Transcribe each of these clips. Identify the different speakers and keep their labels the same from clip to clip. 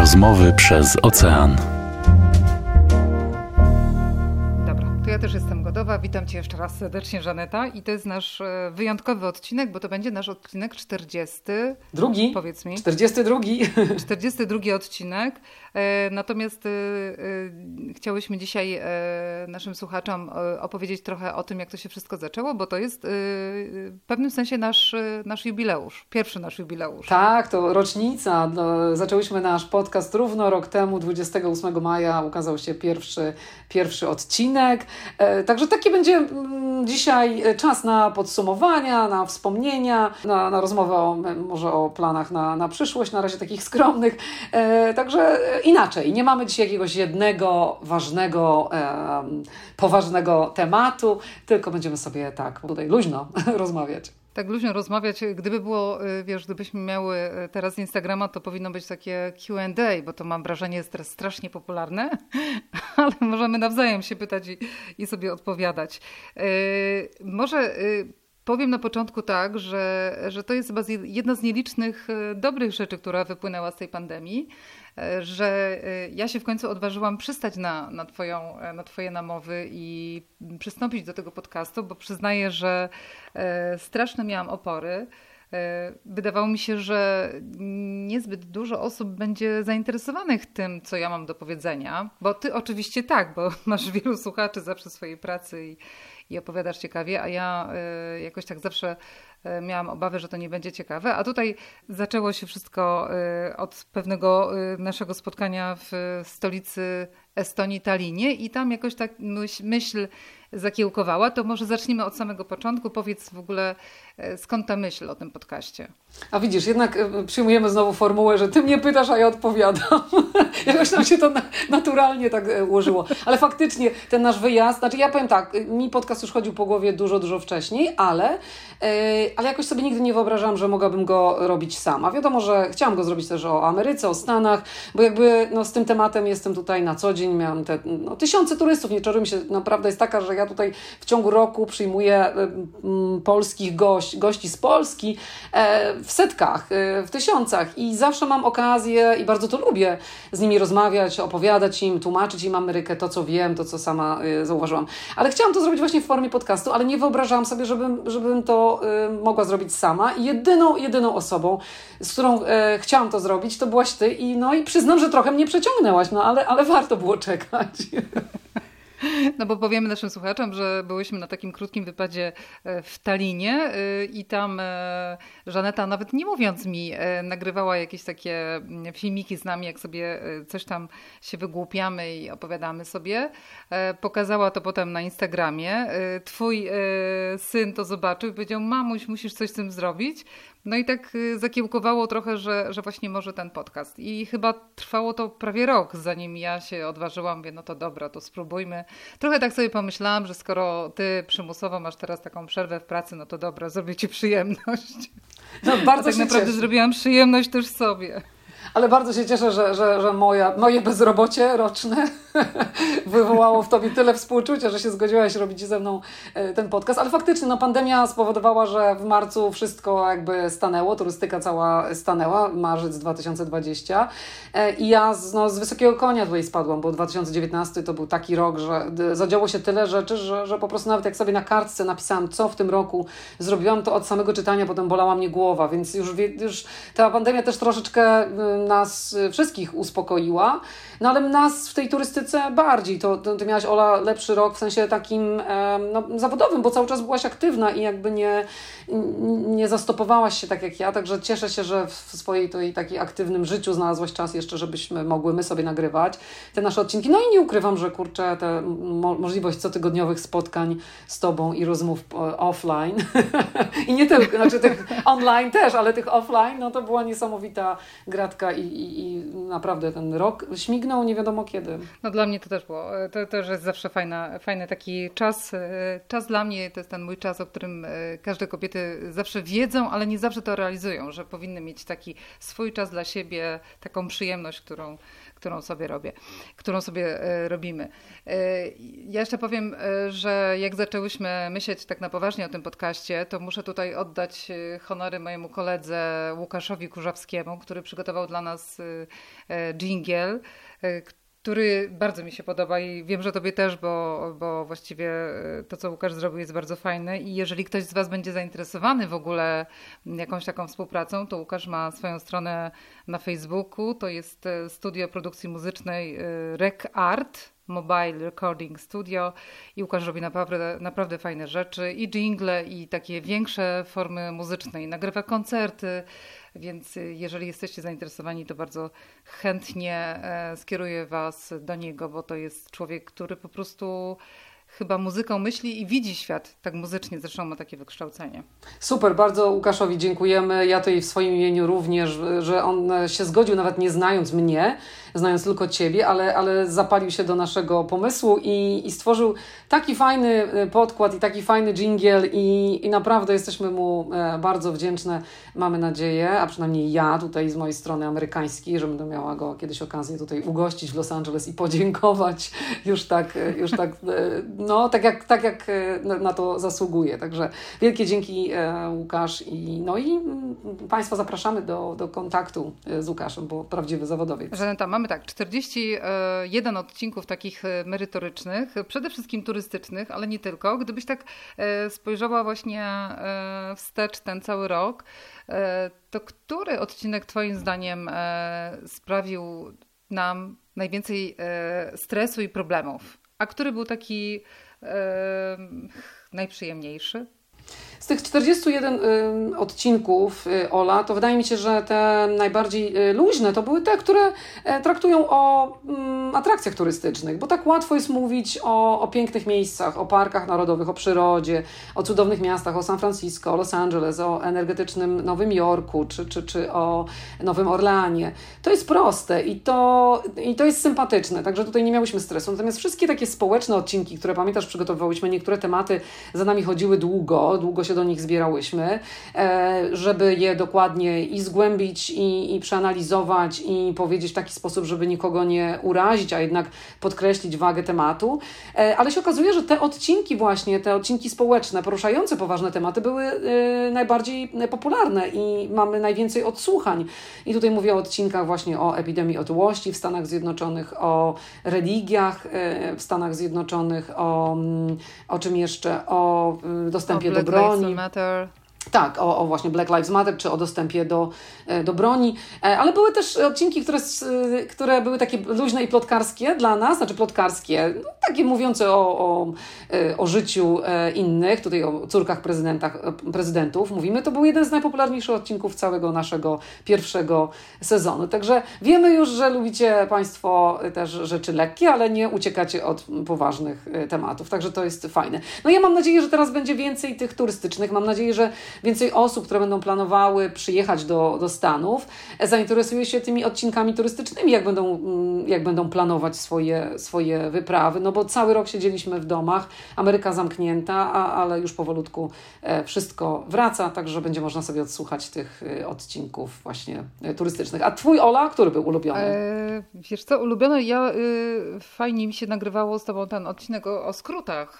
Speaker 1: Rozmowy przez ocean.
Speaker 2: To ja też jestem gotowa. Witam Cię jeszcze raz serdecznie, Żaneta. I to jest nasz wyjątkowy odcinek, bo to będzie nasz odcinek 40.
Speaker 3: Drugi?
Speaker 2: Powiedz mi.
Speaker 3: 42.
Speaker 2: 42 odcinek. Natomiast chciałyśmy dzisiaj naszym słuchaczom opowiedzieć trochę o tym, jak to się wszystko zaczęło, bo to jest w pewnym sensie nasz jubileusz. Pierwszy nasz jubileusz.
Speaker 3: Tak, to rocznica. Zaczęłyśmy nasz podcast równo rok temu, 28 maja ukazał się pierwszy odcinek. Także taki będzie dzisiaj czas na podsumowania, na wspomnienia, na rozmowę może o planach na przyszłość, na razie takich skromnych. Także inaczej. Nie mamy dzisiaj jakiegoś jednego ważnego, poważnego tematu, tylko będziemy sobie tak tutaj luźno rozmawiać.
Speaker 2: Tak luźno rozmawiać. Gdyby było, gdybyśmy miały teraz Instagrama, to powinno być takie Q&A, bo to mam wrażenie jest teraz strasznie popularne, ale możemy nawzajem się pytać i sobie odpowiadać. Może powiem na początku tak, że to jest chyba jedna z nielicznych dobrych rzeczy, która wypłynęła z tej pandemii, że ja się w końcu odważyłam przystać na Twoje namowy i przystąpić do tego podcastu, bo przyznaję, że straszne miałam opory. Wydawało mi się, że niezbyt dużo osób będzie zainteresowanych tym, co ja mam do powiedzenia, bo Ty oczywiście tak, bo masz wielu słuchaczy zawsze swojej pracy i opowiadasz ciekawie, a ja jakoś tak zawsze miałam obawy, że to nie będzie ciekawe, a tutaj zaczęło się wszystko od pewnego naszego spotkania w stolicy Estonii, Tallinie i tam jakoś tak myśl zakiełkowała. To może zacznijmy od samego początku. Powiedz w ogóle, skąd ta myśl o tym podcaście?
Speaker 3: A widzisz, jednak przyjmujemy znowu formułę, że Ty mnie pytasz, a ja odpowiadam. Jakoś nam się to naturalnie tak ułożyło. Ale faktycznie ten nasz wyjazd, znaczy ja powiem tak, mi podcast już chodził po głowie dużo wcześniej, ale jakoś sobie nigdy nie wyobrażałam, że mogłabym go robić sama. Wiadomo, że chciałam go zrobić też o Ameryce, o Stanach, bo jakby z tym tematem jestem tutaj na co dzień. Miałam te tysiące turystów, nie czarujmy się, prawda jest taka, że ja tutaj w ciągu roku przyjmuję polskich gości z Polski w setkach, w tysiącach i zawsze mam okazję i bardzo to lubię z nimi rozmawiać, opowiadać im, tłumaczyć im Amerykę, to co wiem, to co sama zauważyłam. Ale chciałam to zrobić właśnie w formie podcastu, ale nie wyobrażałam sobie, żebym to mogła zrobić sama i jedyną osobą, z którą chciałam to zrobić, to byłaś Ty i przyznam, że trochę mnie przeciągnęłaś, ale warto było czekać.
Speaker 2: No bo powiemy naszym słuchaczom, że byłyśmy na takim krótkim wypadzie w Tallinie i tam Żaneta, nawet nie mówiąc mi, nagrywała jakieś takie filmiki z nami, jak sobie coś tam się wygłupiamy i opowiadamy sobie. Pokazała to potem na Instagramie. Twój syn to zobaczył i powiedział: mamuś, musisz coś z tym zrobić. No i tak zakiełkowało trochę, że właśnie może ten podcast. I chyba trwało to prawie rok, zanim ja się odważyłam. Mówię, no to dobra, to spróbujmy. Trochę tak sobie pomyślałam, że skoro Ty przymusowo masz teraz taką przerwę w pracy, no to dobra, zrobię Ci przyjemność.
Speaker 3: No, bardzo
Speaker 2: tak
Speaker 3: się
Speaker 2: naprawdę
Speaker 3: cieszę.
Speaker 2: Zrobiłam przyjemność też sobie.
Speaker 3: Ale bardzo się cieszę, że moje bezrobocie roczne wywołało w Tobie tyle współczucia, że się zgodziłaś robić ze mną ten podcast. Ale faktycznie pandemia spowodowała, że w marcu wszystko jakby stanęło, turystyka cała stanęła, marzec 2020 i ja z wysokiego konia tutaj spadłam, bo 2019 to był taki rok, że zadziało się tyle rzeczy, że po prostu nawet jak sobie na kartce napisałam, co w tym roku zrobiłam, to od samego czytania potem bolała mnie głowa, więc już ta pandemia też troszeczkę nas wszystkich uspokoiła, no ale nas w tej turystyce bardziej. Ty miałaś, Ola, lepszy rok w sensie takim zawodowym, bo cały czas byłaś aktywna i jakby nie zastopowałaś się tak jak ja, także cieszę się, że w swojej takiej aktywnym życiu znalazłaś czas jeszcze, żebyśmy mogły my sobie nagrywać te nasze odcinki. No i nie ukrywam, że kurczę, te możliwość cotygodniowych spotkań z Tobą i rozmów offline i nie tylko, znaczy tych online też, ale tych offline, no to była niesamowita gratka i naprawdę ten rok śmignął nie wiadomo kiedy.
Speaker 2: No dla mnie to też było, to też jest zawsze fajny taki czas. Czas dla mnie to jest ten mój czas, o którym każde kobiety zawsze wiedzą, ale nie zawsze to realizują, że powinny mieć taki swój czas dla siebie, taką przyjemność, którą sobie robię, którą sobie robimy. Ja jeszcze powiem, że jak zaczęłyśmy myśleć tak na poważnie o tym podcaście, to muszę tutaj oddać honory mojemu koledze Łukaszowi Kurzawskiemu, który przygotował dla nas dżingiel, który bardzo mi się podoba i wiem, że tobie też, bo właściwie to, co Łukasz zrobił, jest bardzo fajne i jeżeli ktoś z was będzie zainteresowany w ogóle jakąś taką współpracą, to Łukasz ma swoją stronę na Facebooku, to jest studio produkcji muzycznej Rec Art, Mobile Recording Studio i Łukasz robi naprawdę fajne rzeczy i dżingle i takie większe formy muzyczne i nagrywa koncerty, więc jeżeli jesteście zainteresowani, to bardzo chętnie skieruję was do niego, bo to jest człowiek, który po prostu chyba muzyką myśli i widzi świat tak muzycznie, zresztą ma takie wykształcenie.
Speaker 3: Super, bardzo Łukaszowi dziękujemy. Ja tutaj w swoim imieniu również, że on się zgodził, nawet nie znając mnie, znając tylko Ciebie, ale zapalił się do naszego pomysłu i stworzył taki fajny podkład i taki fajny dżingiel i naprawdę jesteśmy mu bardzo wdzięczne, mamy nadzieję, a przynajmniej ja tutaj z mojej strony amerykańskiej, że będę miała go kiedyś okazję tutaj ugościć w Los Angeles i podziękować już tak no tak jak na to zasługuje. Także wielkie dzięki Łukasz i Państwa zapraszamy do kontaktu z Łukaszem, bo prawdziwy zawodowiec.
Speaker 2: Żaneta, mamy tak, 41 odcinków takich merytorycznych, przede wszystkim turystycznych, ale nie tylko. Gdybyś tak spojrzała właśnie wstecz ten cały rok, to który odcinek Twoim zdaniem sprawił nam najwięcej stresu i problemów? A który był taki najprzyjemniejszy?
Speaker 3: Z tych 41 odcinków, Ola, to wydaje mi się, że te najbardziej luźne to były te, które traktują o atrakcjach turystycznych, bo tak łatwo jest mówić o pięknych miejscach, o parkach narodowych, o przyrodzie, o cudownych miastach, o San Francisco, o Los Angeles, o energetycznym Nowym Jorku czy o Nowym Orleanie. To jest proste i to jest sympatyczne, także tutaj nie miałyśmy stresu. Natomiast wszystkie takie społeczne odcinki, które pamiętasz, przygotowywałyśmy, niektóre tematy za nami chodziły długo się do nich zbierałyśmy, żeby je dokładnie i zgłębić, i przeanalizować, i powiedzieć w taki sposób, żeby nikogo nie urazić, a jednak podkreślić wagę tematu. Ale się okazuje, że te odcinki społeczne, poruszające poważne tematy, były najbardziej popularne i mamy najwięcej odsłuchań. I tutaj mówię o odcinkach właśnie o epidemii otyłości w Stanach Zjednoczonych, o religiach w Stanach Zjednoczonych, o czym jeszcze? O dostępie do broni. Tak, o właśnie Black Lives Matter, czy o dostępie do broni, ale były też odcinki, które były takie luźne i plotkarskie dla nas, znaczy plotkarskie, takie mówiące o życiu innych, tutaj o córkach prezydentów mówimy, to był jeden z najpopularniejszych odcinków całego naszego pierwszego sezonu. Także wiemy już, że lubicie Państwo też rzeczy lekkie, ale nie uciekacie od poważnych tematów, także to jest fajne. No ja mam nadzieję, że teraz będzie więcej tych turystycznych, mam nadzieję, że więcej osób, które będą planowały przyjechać do Stanów, zainteresuje się tymi odcinkami turystycznymi, jak będą planować swoje wyprawy, no bo cały rok siedzieliśmy w domach, Ameryka zamknięta, ale już powolutku wszystko wraca, także będzie można sobie odsłuchać tych odcinków właśnie turystycznych. A Twój, Ola, który był ulubiony?
Speaker 2: Wiesz co, ulubiony? Fajnie mi się nagrywało z Tobą ten odcinek o skrótach,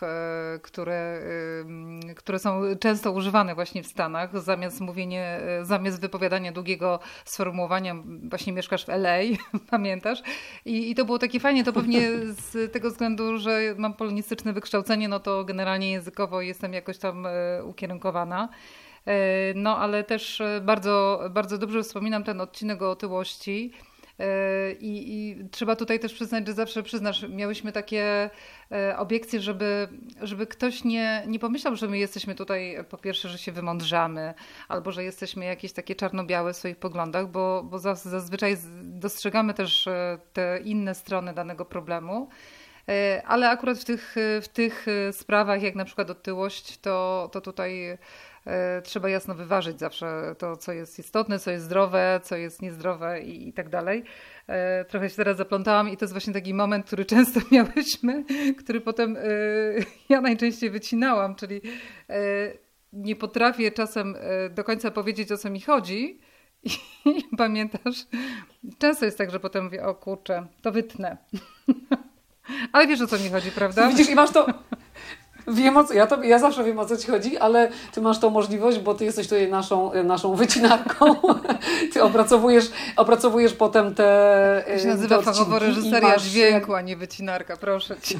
Speaker 2: które są często używane właśnie w Stanach, zamiast wypowiadania długiego sformułowania, właśnie mieszkasz w LA, pamiętasz? I to było takie fajnie, to pewnie z tego względu, że mam polonistyczne wykształcenie, no to generalnie językowo jestem jakoś tam ukierunkowana. No ale też bardzo, bardzo dobrze wspominam ten odcinek o otyłości. I trzeba tutaj też przyznać, że zawsze miałyśmy takie obiekcje, żeby ktoś nie pomyślał, że my jesteśmy tutaj, po pierwsze, że się wymądrzamy, albo że jesteśmy jakieś takie czarno-białe w swoich poglądach, bo zazwyczaj dostrzegamy też te inne strony danego problemu. Ale akurat w tych sprawach, jak na przykład otyłość, to tutaj trzeba jasno wyważyć zawsze to, co jest istotne, co jest zdrowe, co jest niezdrowe i tak dalej. Trochę się teraz zaplątałam i to jest właśnie taki moment, który często miałyśmy, który potem ja najczęściej wycinałam, czyli nie potrafię czasem do końca powiedzieć, o co mi chodzi. I pamiętasz, często jest tak, że potem mówię, o kurczę, to wytnę. Ale wiesz, o co mi chodzi, prawda?
Speaker 3: Widzisz, i masz to... Ja zawsze wiem, o co ci chodzi, ale ty masz tą możliwość, bo ty jesteś tutaj naszą wycinarką. Ty opracowujesz potem te
Speaker 2: To się nazywa fachowo reżyseria dźwięku, a nie wycinarka, proszę cię.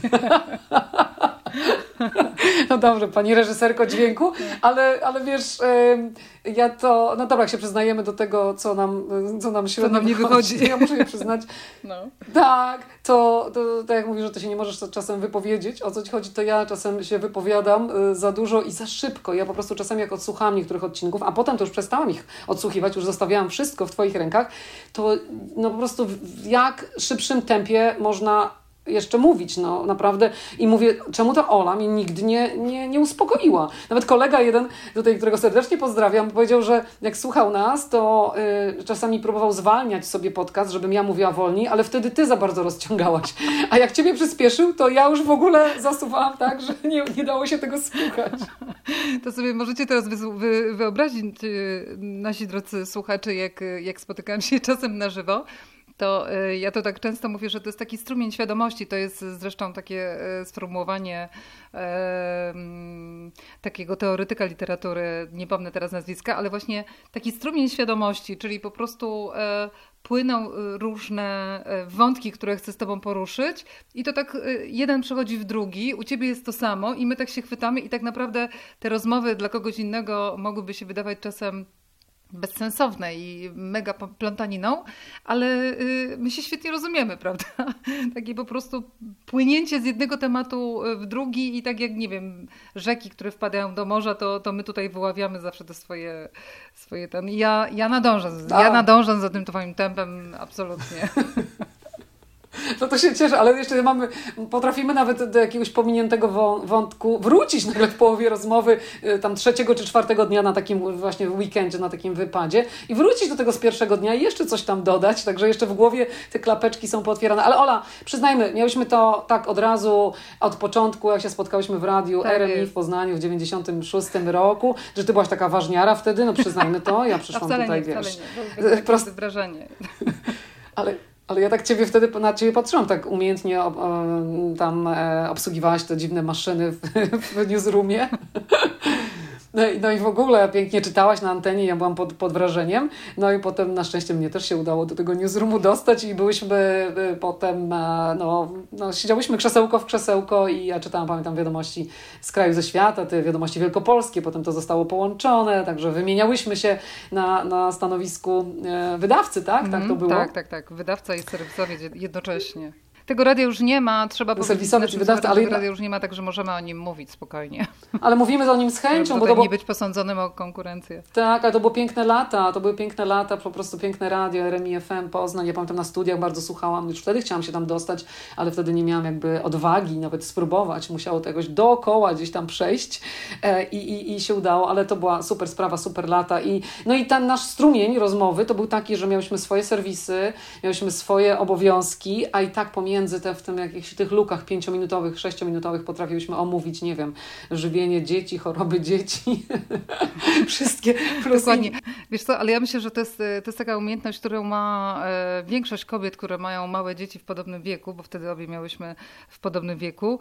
Speaker 3: No dobrze, pani reżyserko dźwięku, ale wiesz, ja to, no dobra, jak się przyznajemy do tego, co nam średnio
Speaker 2: nie wychodzi.
Speaker 3: Ja muszę je przyznać.
Speaker 2: No.
Speaker 3: Tak, to tak jak mówisz, że ty się nie możesz czasem wypowiedzieć, o co ci chodzi, to ja czasem się wypowiadam za dużo i za szybko. Ja po prostu czasami jak odsłuchałam niektórych odcinków, a potem to już przestałam ich odsłuchiwać, już zostawiałam wszystko w twoich rękach, to no po prostu w jak szybszym tempie można jeszcze mówić, no naprawdę. I mówię, czemu ta Ola mnie nigdy nie uspokoiła. Nawet kolega jeden, tutaj, którego serdecznie pozdrawiam, powiedział, że jak słuchał nas, to czasami próbował zwalniać sobie podcast, żebym ja mówiła wolniej, ale wtedy ty za bardzo rozciągałaś. A jak ciebie przyspieszył, to ja już w ogóle zasuwałam tak, że nie dało się tego słuchać.
Speaker 2: To sobie możecie teraz wyobrazić, nasi drodzy słuchacze, jak spotykam się czasem na żywo, to ja to tak często mówię, że to jest taki strumień świadomości. To jest zresztą takie sformułowanie takiego teoretyka literatury, nie pomnę teraz nazwiska, ale właśnie taki strumień świadomości, czyli po prostu płyną różne wątki, które chcę z tobą poruszyć i to tak jeden przechodzi w drugi, u ciebie jest to samo i my tak się chwytamy i tak naprawdę te rozmowy dla kogoś innego mogłyby się wydawać czasem bezsensowne i mega plątaniną, ale my się świetnie rozumiemy, prawda? Takie po prostu płynięcie z jednego tematu w drugi i tak jak, nie wiem, rzeki, które wpadają do morza, to my tutaj wyławiamy zawsze te swoje ten... Ja nadążam za tym twoim tempem, absolutnie.
Speaker 3: No to się cieszę, ale jeszcze potrafimy nawet do jakiegoś pominiętego wątku wrócić nagle w połowie rozmowy, tam 3. czy 4. dnia na takim właśnie weekendzie, na takim wypadzie i wrócić do tego z pierwszego dnia i jeszcze coś tam dodać, także jeszcze w głowie te klapeczki są pootwierane. Ale Ola, przyznajmy, miałyśmy to tak od razu, od początku, jak się spotkałyśmy w radiu tak RMI w Poznaniu w 96 roku, że ty byłaś taka ważniara wtedy, no przyznajmy to, ja przyszłam tutaj, wiesz.
Speaker 2: Wcale nie, proste wrażenie.
Speaker 3: Ale ja tak na ciebie patrzyłam, tak umiejętnie tam obsługiwałaś te dziwne maszyny w newsroomie. No i w ogóle pięknie czytałaś na antenie, ja byłam pod wrażeniem. No i potem na szczęście mnie też się udało do tego newsroomu dostać i byłyśmy potem, siedziałyśmy krzesełko w krzesełko i ja czytałam, pamiętam, wiadomości z kraju, ze świata, te wiadomości wielkopolskie, potem to zostało połączone, także wymieniałyśmy się na stanowisku wydawcy, tak? Tak to było?
Speaker 2: Tak. Wydawca i serwisowiec jednocześnie. Tego radia już nie ma, trzeba powiedzieć, tego radia już nie ma, także możemy o nim mówić spokojnie.
Speaker 3: Ale mówimy o nim z chęcią,
Speaker 2: bo nie być posądzonym o konkurencję.
Speaker 3: Tak, ale to były piękne lata, po prostu piękne radio, RMI FM Poznań. Ja pamiętam na studiach bardzo słuchałam, już wtedy chciałam się tam dostać, ale wtedy nie miałam jakby odwagi nawet spróbować, musiało to jakoś dookoła gdzieś tam przejść i się udało, ale to była super sprawa, super lata i ten nasz strumień rozmowy to był taki, że miałyśmy swoje serwisy, miałyśmy swoje obowiązki, a i tak pomiędzy w tym jakichś tych lukach 5-minutowych, 6-minutowych potrafiłyśmy omówić, nie wiem, żywienie dzieci, choroby dzieci, wszystkie plusy.
Speaker 2: Dokładnie. Wiesz co, ale ja myślę, że to jest taka umiejętność, którą ma większość kobiet, które mają małe dzieci w podobnym wieku, bo wtedy obie miałyśmy w podobnym wieku,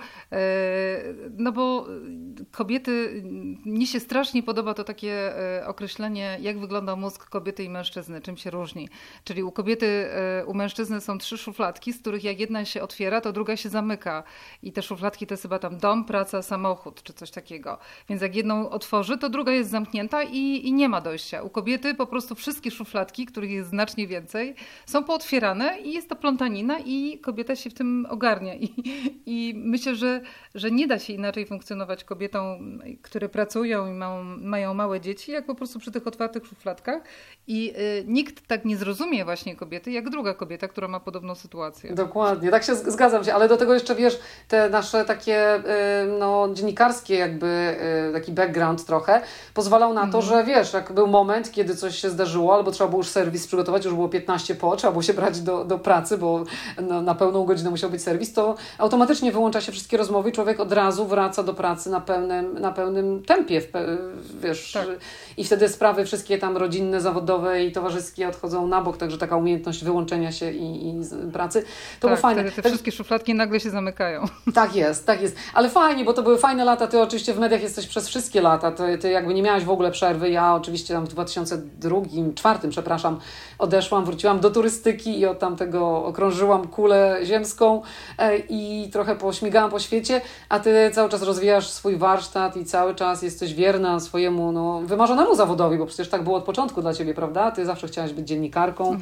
Speaker 2: no bo kobiety, mnie się strasznie podoba to takie określenie, jak wygląda mózg kobiety i mężczyzny, czym się różni. Czyli u mężczyzny są 3 szufladki, z których jak jedna się otwiera, to druga się zamyka. I te szufladki to jest chyba tam dom, praca, samochód, czy coś takiego. Więc jak jedną otworzy, to druga jest zamknięta i nie ma dojścia. U kobiety po prostu wszystkie szufladki, których jest znacznie więcej, są pootwierane i jest to plątanina i kobieta się w tym ogarnia. I myślę, że nie da się inaczej funkcjonować kobietom, które pracują i mają małe dzieci, jak po prostu przy tych otwartych szufladkach. I nikt tak nie zrozumie właśnie kobiety, jak druga kobieta, która ma podobną sytuację.
Speaker 3: Dokładnie. tak się zgadzam się, ale do tego jeszcze wiesz, te nasze takie dziennikarskie jakby taki background trochę pozwalał na to, że wiesz, jak był moment, kiedy coś się zdarzyło, albo trzeba było już serwis przygotować, już było 15 po, trzeba było się brać do pracy, bo na pełną godzinę musiał być serwis, to automatycznie wyłącza się wszystkie rozmowy i człowiek od razu wraca do pracy na pełnym tempie, wiesz, tak. I wtedy sprawy wszystkie tam rodzinne, zawodowe i towarzyskie odchodzą na bok, także taka umiejętność wyłączenia się i pracy, to było fajne.
Speaker 2: Te wszystkie szufladki nagle się zamykają.
Speaker 3: Tak jest. Ale fajnie, bo to były fajne lata, ty oczywiście w mediach jesteś przez wszystkie lata, ty jakby nie miałaś w ogóle przerwy, ja oczywiście tam w 2004, odeszłam, wróciłam do turystyki i od tamtego okrążyłam kulę ziemską i trochę pośmigałam po świecie, a ty cały czas rozwijasz swój warsztat i cały czas jesteś wierna swojemu wymarzonemu zawodowi, bo przecież tak było od początku dla ciebie, prawda? Ty zawsze chciałaś być dziennikarką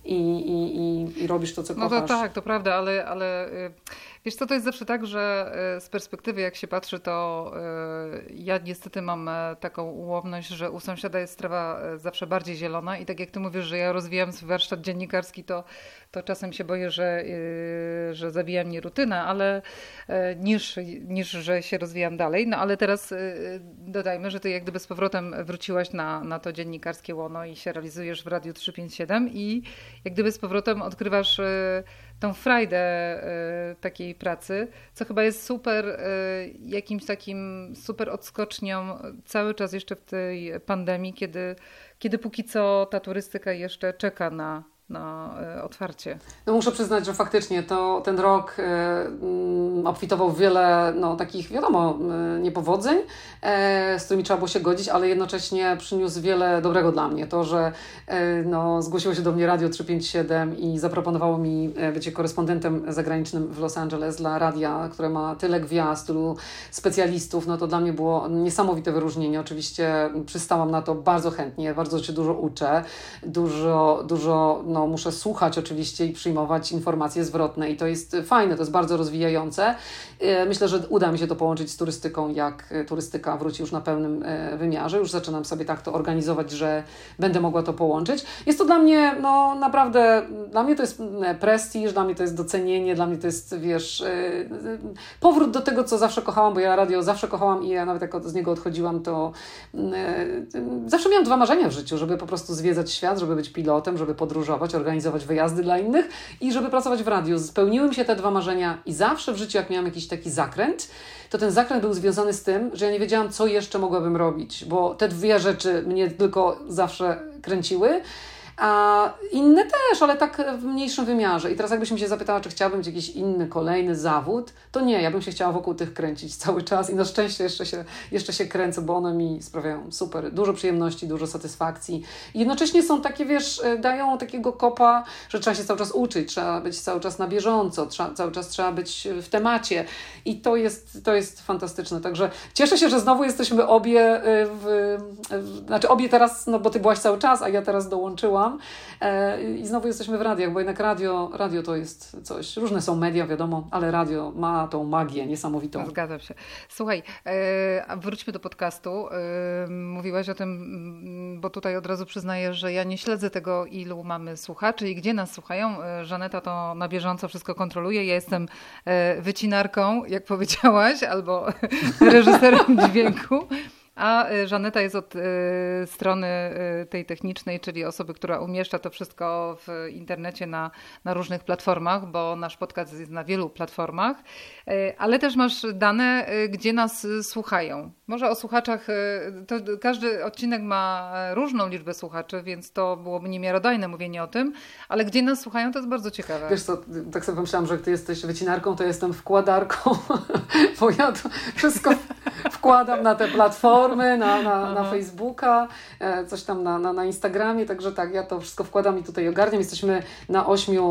Speaker 3: i robisz to, co kochasz.
Speaker 2: No to tak, to prawda, ale wiesz co, to jest zawsze tak, że z perspektywy jak się patrzy, to ja niestety mam taką ułomność, że u sąsiada jest trawa zawsze bardziej zielona i tak jak ty mówisz, że ja rozwijam swój warsztat dziennikarski, to czasem się boję, że zabija mnie rutyna, ale niż że się rozwijam dalej. No ale teraz dodajmy, że ty jak gdyby z powrotem wróciłaś na to dziennikarskie łono i się realizujesz w Radiu 357 i jak gdyby z powrotem odkrywasz tą frajdę takiej pracy, co chyba jest super, jakimś takim super odskocznią cały czas jeszcze w tej pandemii, kiedy póki co ta turystyka jeszcze czeka na otwarcie.
Speaker 3: No muszę przyznać, że faktycznie ten rok obfitował w wiele takich, wiadomo, niepowodzeń, z którymi trzeba było się godzić, ale jednocześnie przyniósł wiele dobrego dla mnie. To, że zgłosiło się do mnie Radio 357 i zaproponowało mi bycie korespondentem zagranicznym w Los Angeles dla radia, które ma tyle gwiazd, tylu specjalistów, to dla mnie było niesamowite wyróżnienie. Oczywiście przystałam na to bardzo chętnie, bardzo się dużo uczę, dużo muszę słuchać oczywiście i przyjmować informacje zwrotne i to jest fajne, to jest bardzo rozwijające. Myślę, że uda mi się to połączyć z turystyką, jak turystyka wróci już na pełnym wymiarze. Już zaczynam sobie tak to organizować, że będę mogła to połączyć. Jest to dla mnie, naprawdę, dla mnie to jest prestiż, dla mnie to jest docenienie, dla mnie to jest, wiesz, powrót do tego, co zawsze kochałam, bo ja radio zawsze kochałam i ja nawet jak z niego odchodziłam, to zawsze miałam dwa marzenia w życiu, żeby po prostu zwiedzać świat, żeby być pilotem, żeby podróżować, organizować wyjazdy dla innych i żeby pracować w radiu. Spełniły mi się te dwa marzenia i zawsze w życiu, jak miałam jakiś taki zakręt, to ten zakręt był związany z tym, że ja nie wiedziałam, co jeszcze mogłabym robić, bo te dwie rzeczy mnie tylko zawsze kręciły, a inne też, ale tak w mniejszym wymiarze. I teraz jakbyś mi się zapytała, czy chciałabym mieć jakiś inny, kolejny zawód, to nie, ja bym się chciała wokół tych kręcić cały czas i na szczęście jeszcze się kręcę, bo one mi sprawiają super, dużo przyjemności, dużo satysfakcji. I jednocześnie są takie, wiesz, dają takiego kopa, że trzeba się cały czas uczyć, trzeba być cały czas na bieżąco, cały czas trzeba być w temacie i to jest fantastyczne. Także cieszę się, że znowu jesteśmy obie znaczy obie teraz, bo ty byłaś cały czas, a ja teraz dołączyłam. I znowu jesteśmy w radiach, bo jednak radio to jest coś. Różne są media, wiadomo, ale radio ma tą magię niesamowitą.
Speaker 2: Zgadzam się. Słuchaj, wróćmy do podcastu. Mówiłaś o tym, bo tutaj od razu przyznaję, że ja nie śledzę tego, ilu mamy słuchaczy i gdzie nas słuchają. Żaneta to na bieżąco wszystko kontroluje. Ja jestem wycinarką, jak powiedziałaś, albo reżyserem dźwięku. A Żaneta jest od strony tej technicznej, czyli osoby, która umieszcza to wszystko w internecie na różnych platformach, bo nasz podcast jest na wielu platformach, ale też masz dane, gdzie nas słuchają. Może o słuchaczach, to każdy odcinek ma różną liczbę słuchaczy, więc to byłoby niemiarodajne mówienie o tym, ale gdzie nas słuchają, to jest bardzo ciekawe.
Speaker 3: Wiesz co, tak sobie pomyślałam, że jak ty jesteś wycinarką, to jestem wkładarką, bo ja to wszystko wkładam na te platformy, na Facebooka, coś tam na Instagramie, także tak, ja to wszystko wkładam i tutaj ogarniam. Jesteśmy na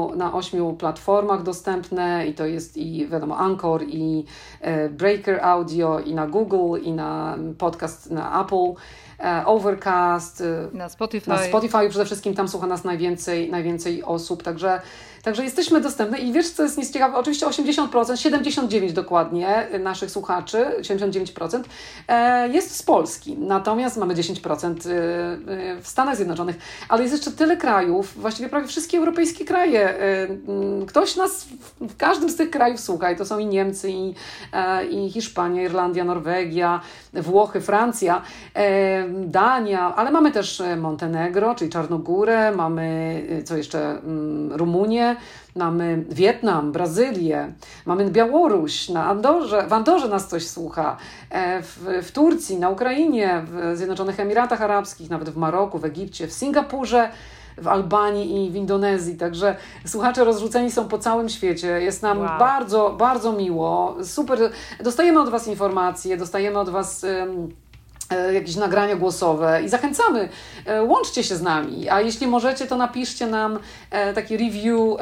Speaker 3: 8 platformach dostępne i to jest i wiadomo Anchor i Breaker Audio i na Google i na podcast na Apple. Overcast,
Speaker 2: na Spotify.
Speaker 3: Na Spotify przede wszystkim, tam słucha nas najwięcej osób, także jesteśmy dostępne i wiesz, co jest nieciekawe, oczywiście 80%, 79% dokładnie naszych słuchaczy, 79% jest z Polski, natomiast mamy 10% w Stanach Zjednoczonych, ale jest jeszcze tyle krajów, właściwie prawie wszystkie europejskie kraje, ktoś nas w każdym z tych krajów słucha i to są i Niemcy, i Hiszpania, Irlandia, Norwegia, Włochy, Francja, Dania, ale mamy też Montenegro, czyli Czarnogórę, mamy co jeszcze, Rumunię, mamy Wietnam, Brazylię, mamy Białoruś, w Andorze nas ktoś słucha, w Turcji, na Ukrainie, w Zjednoczonych Emiratach Arabskich, nawet w Maroku, w Egipcie, w Singapurze, w Albanii i w Indonezji, także słuchacze rozrzuceni są po całym świecie. Jest nam bardzo, bardzo miło, super, dostajemy od Was informacje, dostajemy od Was jakieś nagrania głosowe i zachęcamy, łączcie się z nami, a jeśli możecie, to napiszcie nam taki review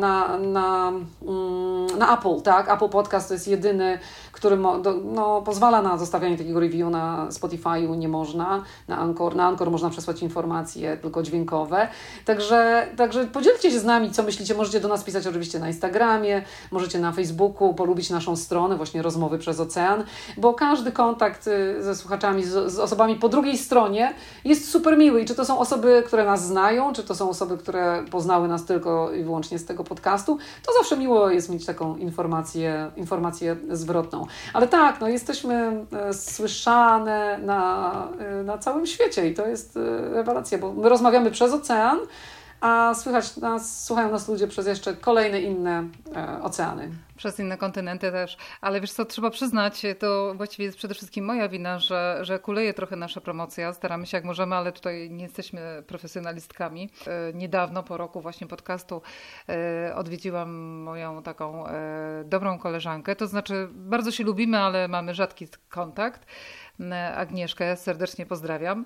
Speaker 3: na Apple, tak? Apple Podcast to jest jedyny, który pozwala na zostawianie takiego review. Na Spotify'u nie można, na Anchor można przesłać informacje tylko dźwiękowe, także podzielcie się z nami, co myślicie, możecie do nas pisać oczywiście na Instagramie, możecie na Facebooku polubić naszą stronę, właśnie Rozmowy przez Ocean, bo każdy kontakt ze słuchaczami, z osobami po drugiej stronie jest super miły i czy to są osoby, które nas znają, czy to są osoby, które poznały nas tylko i wyłącznie z tego podcastu, to zawsze miło jest mieć taką informację zwrotną. Ale tak, jesteśmy słyszane na całym świecie i to jest rewelacja, bo my rozmawiamy przez ocean, a słuchają nas ludzie przez jeszcze kolejne inne oceany.
Speaker 2: Przez inne kontynenty też. Ale wiesz co, trzeba przyznać, to właściwie jest przede wszystkim moja wina, że kuleje trochę nasza promocja. Staramy się jak możemy, ale tutaj nie jesteśmy profesjonalistkami. Niedawno, po roku właśnie podcastu, odwiedziłam moją taką dobrą koleżankę. To znaczy, bardzo się lubimy, ale mamy rzadki kontakt. Agnieszkę serdecznie pozdrawiam.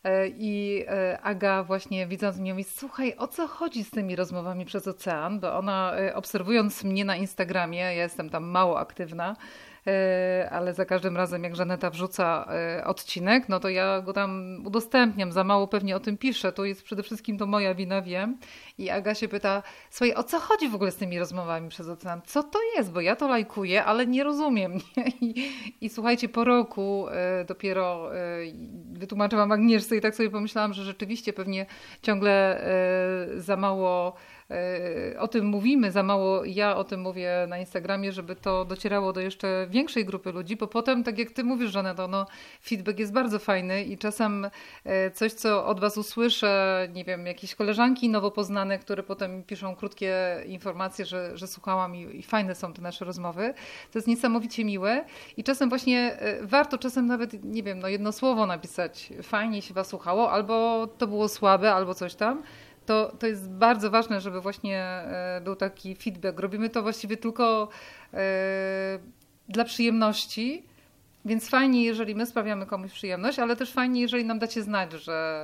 Speaker 2: I Aga właśnie widząc mnie mówi, słuchaj, o co chodzi z tymi rozmowami przez ocean, bo ona obserwując mnie na Instagramie, ja jestem tam mało aktywna, ale za każdym razem jak Żaneta wrzuca odcinek, no to ja go tam udostępniam, za mało pewnie o tym piszę, to jest przede wszystkim to moja wina, wiem. I Aga się pyta, słuchaj, o co chodzi w ogóle z tymi rozmowami przez ocean? Co to jest? Bo ja to lajkuję, ale nie rozumiem. Nie? I słuchajcie, po roku dopiero wytłumaczyłam Agnieszce i tak sobie pomyślałam, że rzeczywiście pewnie ciągle za mało o tym mówimy, za mało ja o tym mówię na Instagramie, żeby to docierało do jeszcze większej grupy ludzi, bo potem, tak jak ty mówisz, Żaneto, feedback jest bardzo fajny i czasem coś, co od was usłyszę, nie wiem, jakieś koleżanki nowo poznane, które potem piszą krótkie informacje, że słuchałam i fajne są te nasze rozmowy, to jest niesamowicie miłe i czasem właśnie warto nawet, nie wiem, jedno słowo napisać, fajnie się was słuchało, albo to było słabe, albo coś tam. To jest bardzo ważne, żeby właśnie był taki feedback. Robimy to właściwie tylko dla przyjemności, więc fajnie, jeżeli my sprawiamy komuś przyjemność, ale też fajnie, jeżeli nam dacie znać,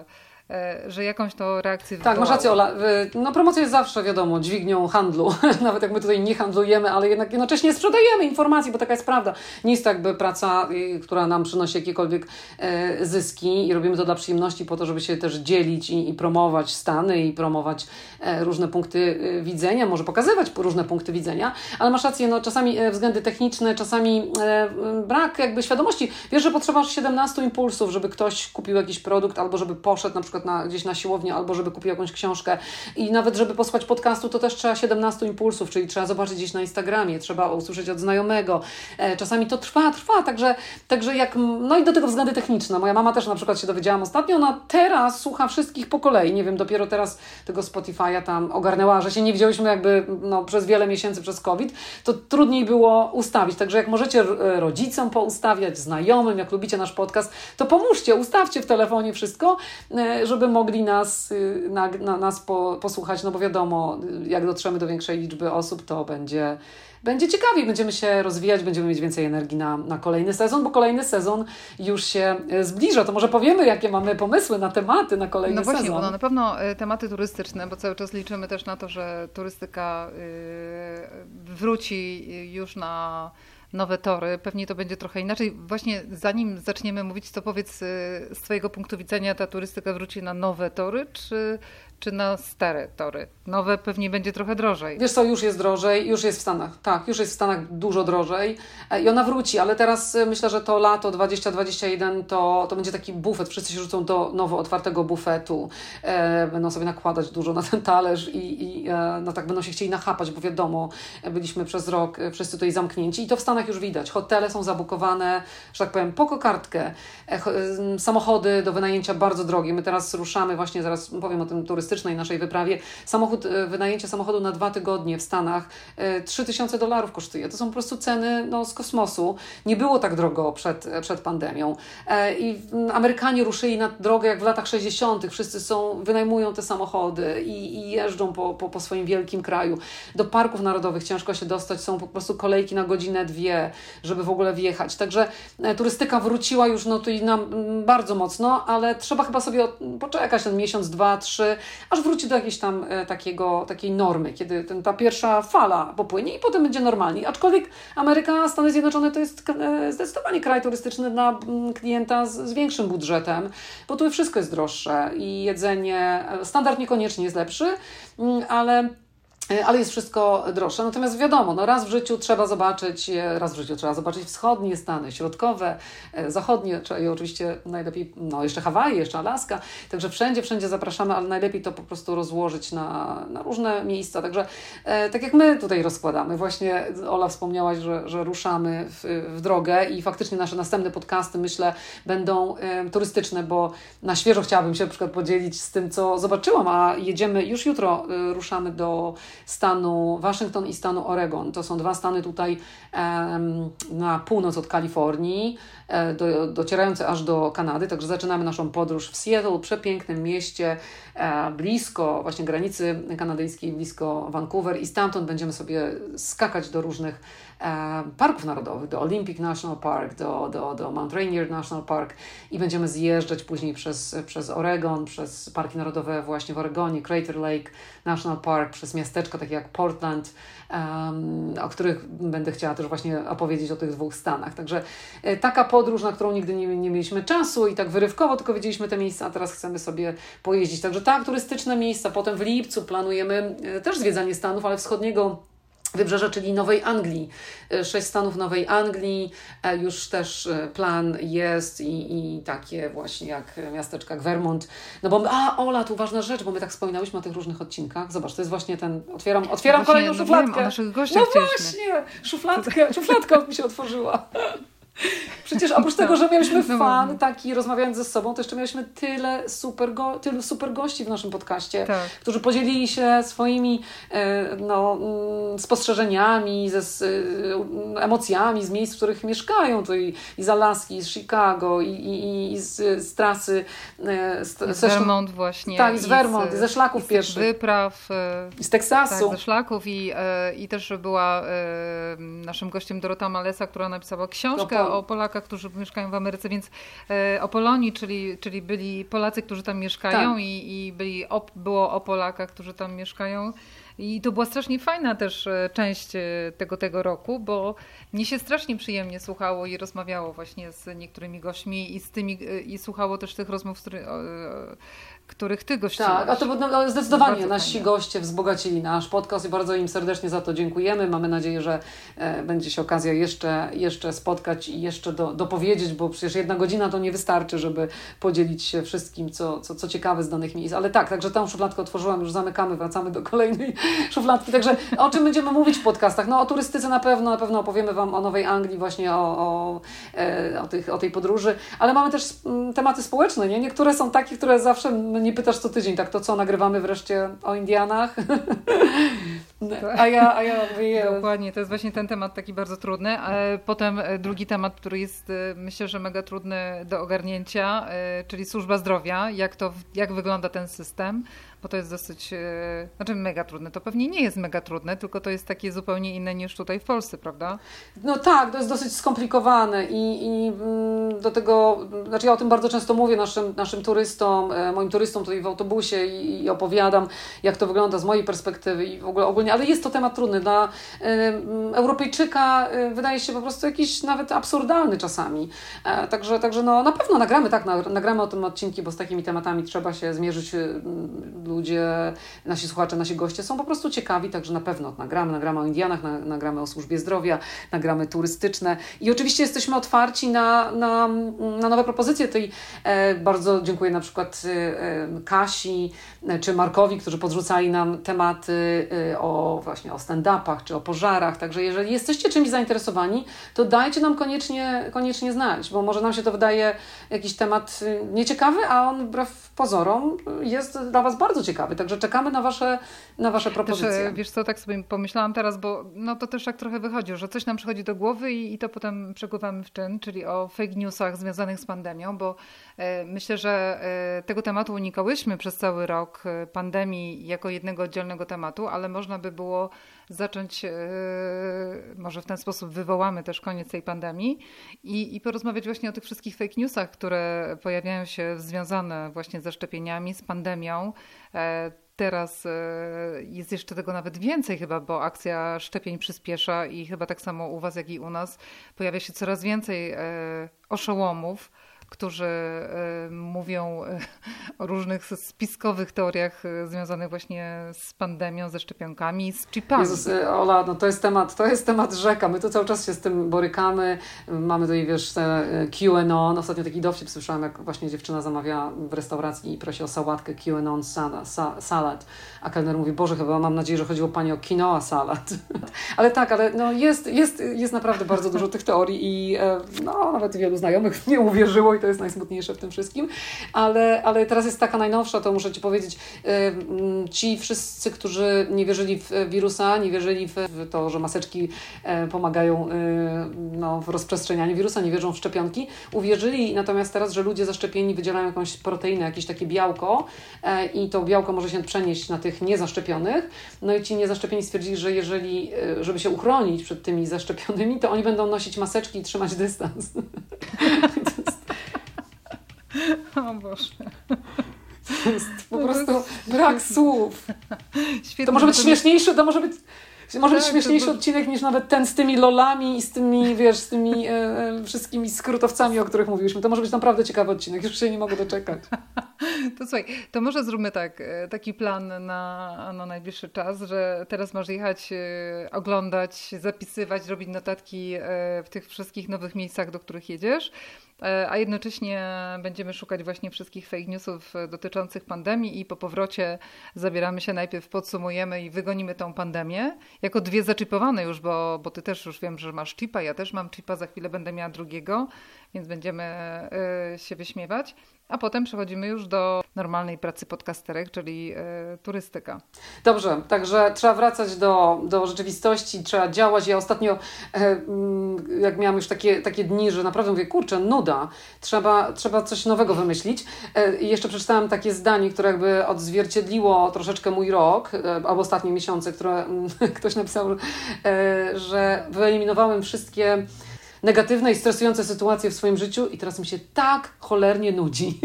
Speaker 2: że jakąś to reakcję wywołało.
Speaker 3: Tak, masz rację, Ola. Promocja jest zawsze, wiadomo, dźwignią handlu. Nawet jak my tutaj nie handlujemy, ale jednak jednocześnie sprzedajemy informacji, bo taka jest prawda. Nie jest to jakby praca, która nam przynosi jakiekolwiek zyski i robimy to dla przyjemności po to, żeby się też dzielić i promować Stany i promować różne punkty widzenia, może pokazywać różne punkty widzenia, ale masz rację, czasami względy techniczne, czasami brak jakby świadomości. Wiesz, że potrzebujesz 17 impulsów, żeby ktoś kupił jakiś produkt albo żeby poszedł na przykład gdzieś na siłownię, albo żeby kupił jakąś książkę. I nawet, żeby posłuchać podcastu, to też trzeba 17 impulsów, czyli trzeba zobaczyć gdzieś na Instagramie, trzeba usłyszeć od znajomego. Czasami to trwa, także jak, i do tego względy techniczne. Moja mama też na przykład się dowiedziałam ostatnio, ona teraz słucha wszystkich po kolei. Nie wiem, dopiero teraz tego Spotify'a tam ogarnęła, że się nie widziałyśmy jakby przez wiele miesięcy przez COVID, to trudniej było ustawić. Także jak możecie rodzicom poustawiać, znajomym, jak lubicie nasz podcast, to pomóżcie, ustawcie w telefonie wszystko, żeby mogli nas posłuchać, bo wiadomo, jak dotrzemy do większej liczby osób, to będzie ciekawiej, będziemy się rozwijać, będziemy mieć więcej energii na kolejny sezon, bo kolejny sezon już się zbliża. To może powiemy, jakie mamy pomysły na tematy na kolejny sezon.
Speaker 2: No właśnie, bo na pewno tematy turystyczne, bo cały czas liczymy też na to, że turystyka wróci już na nowe tory. Pewnie to będzie trochę inaczej. Właśnie zanim zaczniemy mówić, to powiedz z Twojego punktu widzenia, ta turystyka wróci na nowe tory, czy na stare tory? Nowe pewnie będzie trochę drożej.
Speaker 3: Wiesz co, już jest drożej, już jest w Stanach. Tak, już jest w Stanach dużo drożej i ona wróci, ale teraz myślę, że to lato 2021 to będzie taki bufet. Wszyscy się rzucą do nowo otwartego bufetu. Będą sobie nakładać dużo na ten talerz i no tak będą się chcieli nachapać, bo wiadomo, byliśmy przez rok wszyscy tutaj zamknięci i to w Stanach już widać. Hotele są zabukowane, że tak powiem, po kokardkę. Samochody do wynajęcia bardzo drogie. My teraz ruszamy, właśnie zaraz powiem o tym turystycznej naszej wyprawie. Wynajęcie samochodu na 2 tygodnie w Stanach $3000 kosztuje. To są po prostu ceny z kosmosu. Nie było tak drogo przed pandemią. I Amerykanie ruszyli na drogę jak w latach 60. Wszyscy wynajmują te samochody i jeżdżą po swoim wielkim kraju. Do parków narodowych ciężko się dostać. Są po prostu kolejki na godzinę, 2, żeby w ogóle wjechać. Także turystyka wróciła już tutaj nam bardzo mocno, ale trzeba chyba sobie poczekać ten miesiąc, 2, 3, aż wróci do jakiejś tam takiej normy, kiedy ta pierwsza fala popłynie i potem będzie normalnie. Aczkolwiek Ameryka, Stany Zjednoczone to jest zdecydowanie kraj turystyczny dla klienta z większym budżetem, bo tu wszystko jest droższe i jedzenie, standard niekoniecznie jest lepszy, ale jest wszystko droższe. Natomiast wiadomo, raz w życiu trzeba zobaczyć wschodnie Stany, środkowe, zachodnie, i oczywiście najlepiej, jeszcze Hawaje, jeszcze Alaska. Także wszędzie zapraszamy, ale najlepiej to po prostu rozłożyć na różne miejsca. Także tak jak my tutaj rozkładamy. Właśnie Ola wspomniałaś, że ruszamy w drogę i faktycznie nasze następne podcasty, myślę, będą turystyczne, bo na świeżo chciałabym się na przykład podzielić z tym, co zobaczyłam, a jedziemy już jutro, ruszamy do stanu Waszyngton i stanu Oregon. To są 2 stany tutaj na północ od Kalifornii, docierające aż do Kanady. Także zaczynamy naszą podróż w Seattle, przepięknym mieście, blisko właśnie granicy kanadyjskiej, blisko Vancouver i stamtąd będziemy sobie skakać do różnych parków narodowych, do Olympic National Park, do Mount Rainier National Park i będziemy zjeżdżać później przez Oregon, przez parki narodowe właśnie w Oregonie, Crater Lake National Park, przez miasteczka takie jak Portland, o których będę chciała też właśnie opowiedzieć o tych 2 stanach. Także taka podróż, na którą nigdy nie mieliśmy czasu i tak wyrywkowo tylko widzieliśmy te miejsca, a teraz chcemy sobie pojeździć. Także tak, turystyczne miejsca. Potem w lipcu planujemy też zwiedzanie Stanów, ale wschodniego wybrzeża, czyli Nowej Anglii. 6 stanów Nowej Anglii, już też plan jest i takie właśnie jak miasteczka jak Vermont. No bo Ola, tu ważna rzecz, bo my tak wspominałyśmy o tych różnych odcinkach. Zobacz, to jest właśnie ten, otwieram kolejną szufladkę.
Speaker 2: Wiem, o naszych gościach
Speaker 3: właśnie, szufladka mi się otworzyła. Przecież oprócz tego, że mieliśmy fan taki, rozmawiając ze sobą, to jeszcze mieliśmy tylu super gości w naszym podcaście, którzy podzielili się swoimi spostrzeżeniami, emocjami z miejsc, w których mieszkają, to i z Alaski, z Chicago, i z trasy.
Speaker 2: Z Vermont właśnie.
Speaker 3: Tak, z Vermont, ze szlaków pieszych.
Speaker 2: Z wypraw.
Speaker 3: Z Teksasu.
Speaker 2: Tak, ze szlaków i też była naszym gościem Dorota Malesa, która napisała książkę o Polakach, którzy mieszkają w Ameryce, więc o Polonii, czyli byli Polacy, którzy tam mieszkają i było o Polakach, którzy tam mieszkają. I to była strasznie fajna też część tego roku, bo mnie się strasznie przyjemnie słuchało i rozmawiało właśnie z niektórymi gośćmi i słuchało też tych rozmów, których ty gościłaś.
Speaker 3: Tak, a to zdecydowanie nasi goście wzbogacili nasz podcast i bardzo im serdecznie za to dziękujemy. Mamy nadzieję, że będzie się okazja jeszcze spotkać i jeszcze dopowiedzieć, bo przecież 1 godzina to nie wystarczy, żeby podzielić się wszystkim, co ciekawe z danych miejsc. Ale także tę szufladkę otworzyłam, już zamykamy, wracamy do kolejnej szufladki. Także o czym będziemy mówić w podcastach? O turystyce na pewno opowiemy Wam o Nowej Anglii, właśnie o tej podróży, ale mamy też tematy społeczne, nie? Niektóre są takie, które zawsze nie pytasz co tydzień, tak to co, nagrywamy wreszcie o Indianach? A ja mówię...
Speaker 2: Dokładnie, to jest właśnie ten temat taki bardzo trudny. Potem drugi temat, który jest myślę, że mega trudny do ogarnięcia, czyli służba zdrowia, jak wygląda ten system, bo to jest dosyć, mega trudne. To pewnie nie jest mega trudne, tylko to jest takie zupełnie inne niż tutaj w Polsce, prawda?
Speaker 3: No tak, to jest dosyć skomplikowane i do tego, ja o tym bardzo często mówię naszym turystom, moim turystom turystą tutaj w autobusie i opowiadam, jak to wygląda z mojej perspektywy i w ogóle ogólnie, ale jest to temat trudny. Dla Europejczyka wydaje się po prostu jakiś nawet absurdalny czasami. Także no, na pewno nagramy o tym odcinki, bo z takimi tematami trzeba się zmierzyć. Ludzie, nasi słuchacze, nasi goście są po prostu ciekawi, także na pewno nagramy o Indianach, nagramy o służbie zdrowia, nagramy turystyczne i oczywiście jesteśmy otwarci na nowe propozycje. Tej bardzo dziękuję na przykład Kasi czy Markowi, którzy podrzucali nam tematy właśnie o stand-upach czy o pożarach, także jeżeli jesteście czymś zainteresowani, to dajcie nam koniecznie znać, bo może nam się to wydaje jakiś temat nieciekawy, a on wbrew pozorom jest dla Was bardzo ciekawy, także czekamy na Wasze propozycje.
Speaker 2: Też, wiesz co, tak sobie pomyślałam teraz, bo no to też tak trochę wychodzi, że coś nam przychodzi do głowy i to potem przekuwamy w czyn, czyli o fake newsach związanych z pandemią, bo myślę, że tego tematu unikałyśmy przez cały rok pandemii jako jednego oddzielnego tematu, ale można by było zacząć, może w ten sposób wywołamy też koniec tej pandemii i porozmawiać właśnie o tych wszystkich fake newsach, które pojawiają się związane właśnie ze szczepieniami, z pandemią. Teraz jest jeszcze tego nawet więcej chyba, bo akcja szczepień przyspiesza i chyba tak samo u Was, jak i u nas pojawia się coraz więcej oszołomów, którzy mówią o różnych spiskowych teoriach związanych właśnie z pandemią, ze szczepionkami, z chipami.
Speaker 3: Jezus, Ola, no to jest temat rzeka. My tu cały czas się z tym borykamy. Mamy tutaj, wiesz, QAnon. Ostatnio taki dowcip słyszałem, jak właśnie dziewczyna zamawia w restauracji i prosi o sałatkę QAnon salad. A kelner mówi, Boże, chyba mam nadzieję, że chodziło Pani o quinoa salad. Ale no jest naprawdę bardzo dużo tych teorii i no, nawet wielu znajomych nie uwierzyło i to jest najsmutniejsze w tym wszystkim. Ale teraz jest taka najnowsza, to muszę Ci powiedzieć, ci wszyscy, którzy nie wierzyli w wirusa, nie wierzyli w to, że maseczki pomagają w rozprzestrzenianiu wirusa, nie wierzą w szczepionki, uwierzyli natomiast teraz, że ludzie zaszczepieni wydzielają jakąś proteinę, jakieś takie białko i to białko może się przenieść na tych niezaszczepionych. No i ci niezaszczepieni stwierdzili, że żeby się uchronić przed tymi zaszczepionymi, to oni będą nosić maseczki i trzymać dystans.
Speaker 2: O Boże.
Speaker 3: To jest po prostu brak słów.
Speaker 2: Świetnie,
Speaker 3: to może być śmieszniejszy, być śmieszniejszy odcinek niż nawet ten z tymi lolami i z tymi, wiesz, z tymi wszystkimi skrótowcami, o których mówiliśmy. To może być naprawdę ciekawy odcinek, już się nie mogę doczekać.
Speaker 2: To słuchaj, to może zróbmy taki plan na najbliższy czas, że teraz masz jechać, oglądać, zapisywać, robić notatki w tych wszystkich nowych miejscach, do których jedziesz, a jednocześnie będziemy szukać właśnie wszystkich fake newsów dotyczących pandemii i po powrocie zabieramy się najpierw, podsumujemy i wygonimy tą pandemię. Jako dwie zaczipowane już, bo ty też już wiem, że masz chipa, ja też mam chipa, za chwilę będę miała drugiego, więc będziemy się wyśmiewać. A potem przechodzimy już do normalnej pracy podcasterek, czyli turystyka. Dobrze,
Speaker 3: także trzeba wracać do rzeczywistości, trzeba działać. Ja ostatnio, jak miałam już takie dni, że naprawdę mówię, kurczę, nuda, trzeba coś nowego wymyślić. I jeszcze przeczytałam takie zdanie, które jakby odzwierciedliło troszeczkę mój rok, albo ostatnie miesiące, które ktoś napisał, że wyeliminowałem wszystkie negatywne i stresujące sytuacje w swoim życiu i teraz mi się tak cholernie nudzi.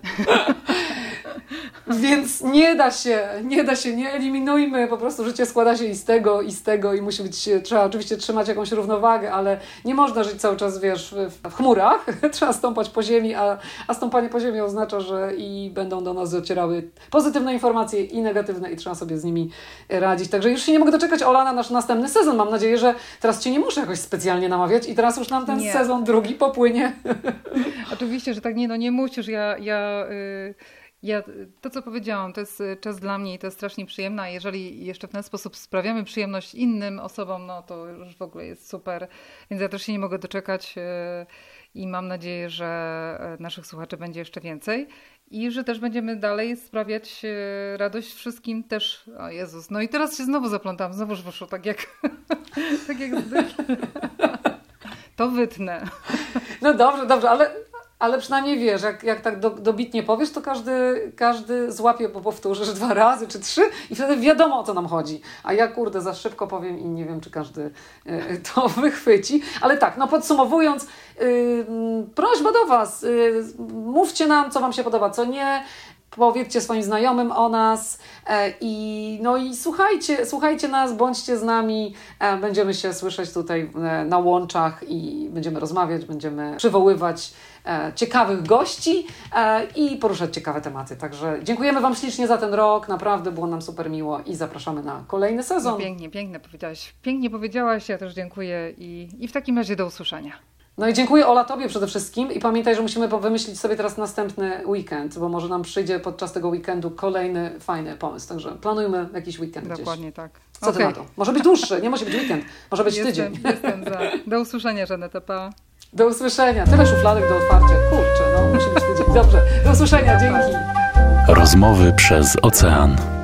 Speaker 3: Więc nie da się, nie eliminujmy, po prostu życie składa się i z tego i trzeba oczywiście trzymać jakąś równowagę, ale nie można żyć cały czas, wiesz, w chmurach, trzeba stąpać po ziemi, a stąpanie po ziemi oznacza, że i będą do nas docierały pozytywne informacje i negatywne i trzeba sobie z nimi radzić. Także już się nie mogę doczekać, Ola, na nasz następny sezon. Mam nadzieję, że teraz Cię nie muszę jakoś specjalnie namawiać i teraz już nam ten sezon drugi popłynie.
Speaker 2: Oczywiście, że tak, nie musisz, ja to, co powiedziałam, to jest czas dla mnie i to jest strasznie przyjemne, a jeżeli jeszcze w ten sposób sprawiamy przyjemność innym osobom, no to już w ogóle jest super, więc ja też się nie mogę doczekać i mam nadzieję, że naszych słuchaczy będzie jeszcze więcej i że też będziemy dalej sprawiać radość wszystkim też. O Jezus, no i teraz się znowu zaplątałam, znowuż wyszło tak jak zwykle. To wytnę.
Speaker 3: No dobrze, ale przynajmniej wiesz, jak tak dobitnie powiesz, to każdy złapie, bo powtórzysz 2 razy czy 3 i wtedy wiadomo, o co nam chodzi. A ja, kurde, za szybko powiem i nie wiem, czy każdy to wychwyci. Ale tak, no podsumowując, prośba do Was, mówcie nam, co Wam się podoba, co nie. powiedzcie swoim znajomym o nas i słuchajcie nas, bądźcie z nami, będziemy się słyszeć tutaj na łączach i będziemy rozmawiać, będziemy przywoływać ciekawych gości i poruszać ciekawe tematy. Także dziękujemy Wam ślicznie za ten rok, naprawdę było nam super miło i zapraszamy na kolejny sezon.
Speaker 2: No pięknie powiedziałaś. Pięknie powiedziałaś, ja też dziękuję i w takim razie do usłyszenia.
Speaker 3: No i dziękuję Ola Tobie przede wszystkim i pamiętaj, że musimy wymyślić sobie teraz następny weekend, bo może nam przyjdzie podczas tego weekendu kolejny fajny pomysł, także planujmy jakiś weekend gdzieś.
Speaker 2: Dokładnie tak.
Speaker 3: Co Ty na to? Może być dłuższy, nie musi być weekend, może być tydzień.
Speaker 2: Jestem za. Do usłyszenia, Żaneta, pa.
Speaker 3: Do usłyszenia. Tyle szufladek do otwarcia. Kurczę, musi być tydzień. Dobrze, do usłyszenia, dzięki.
Speaker 1: Rozmowy przez ocean.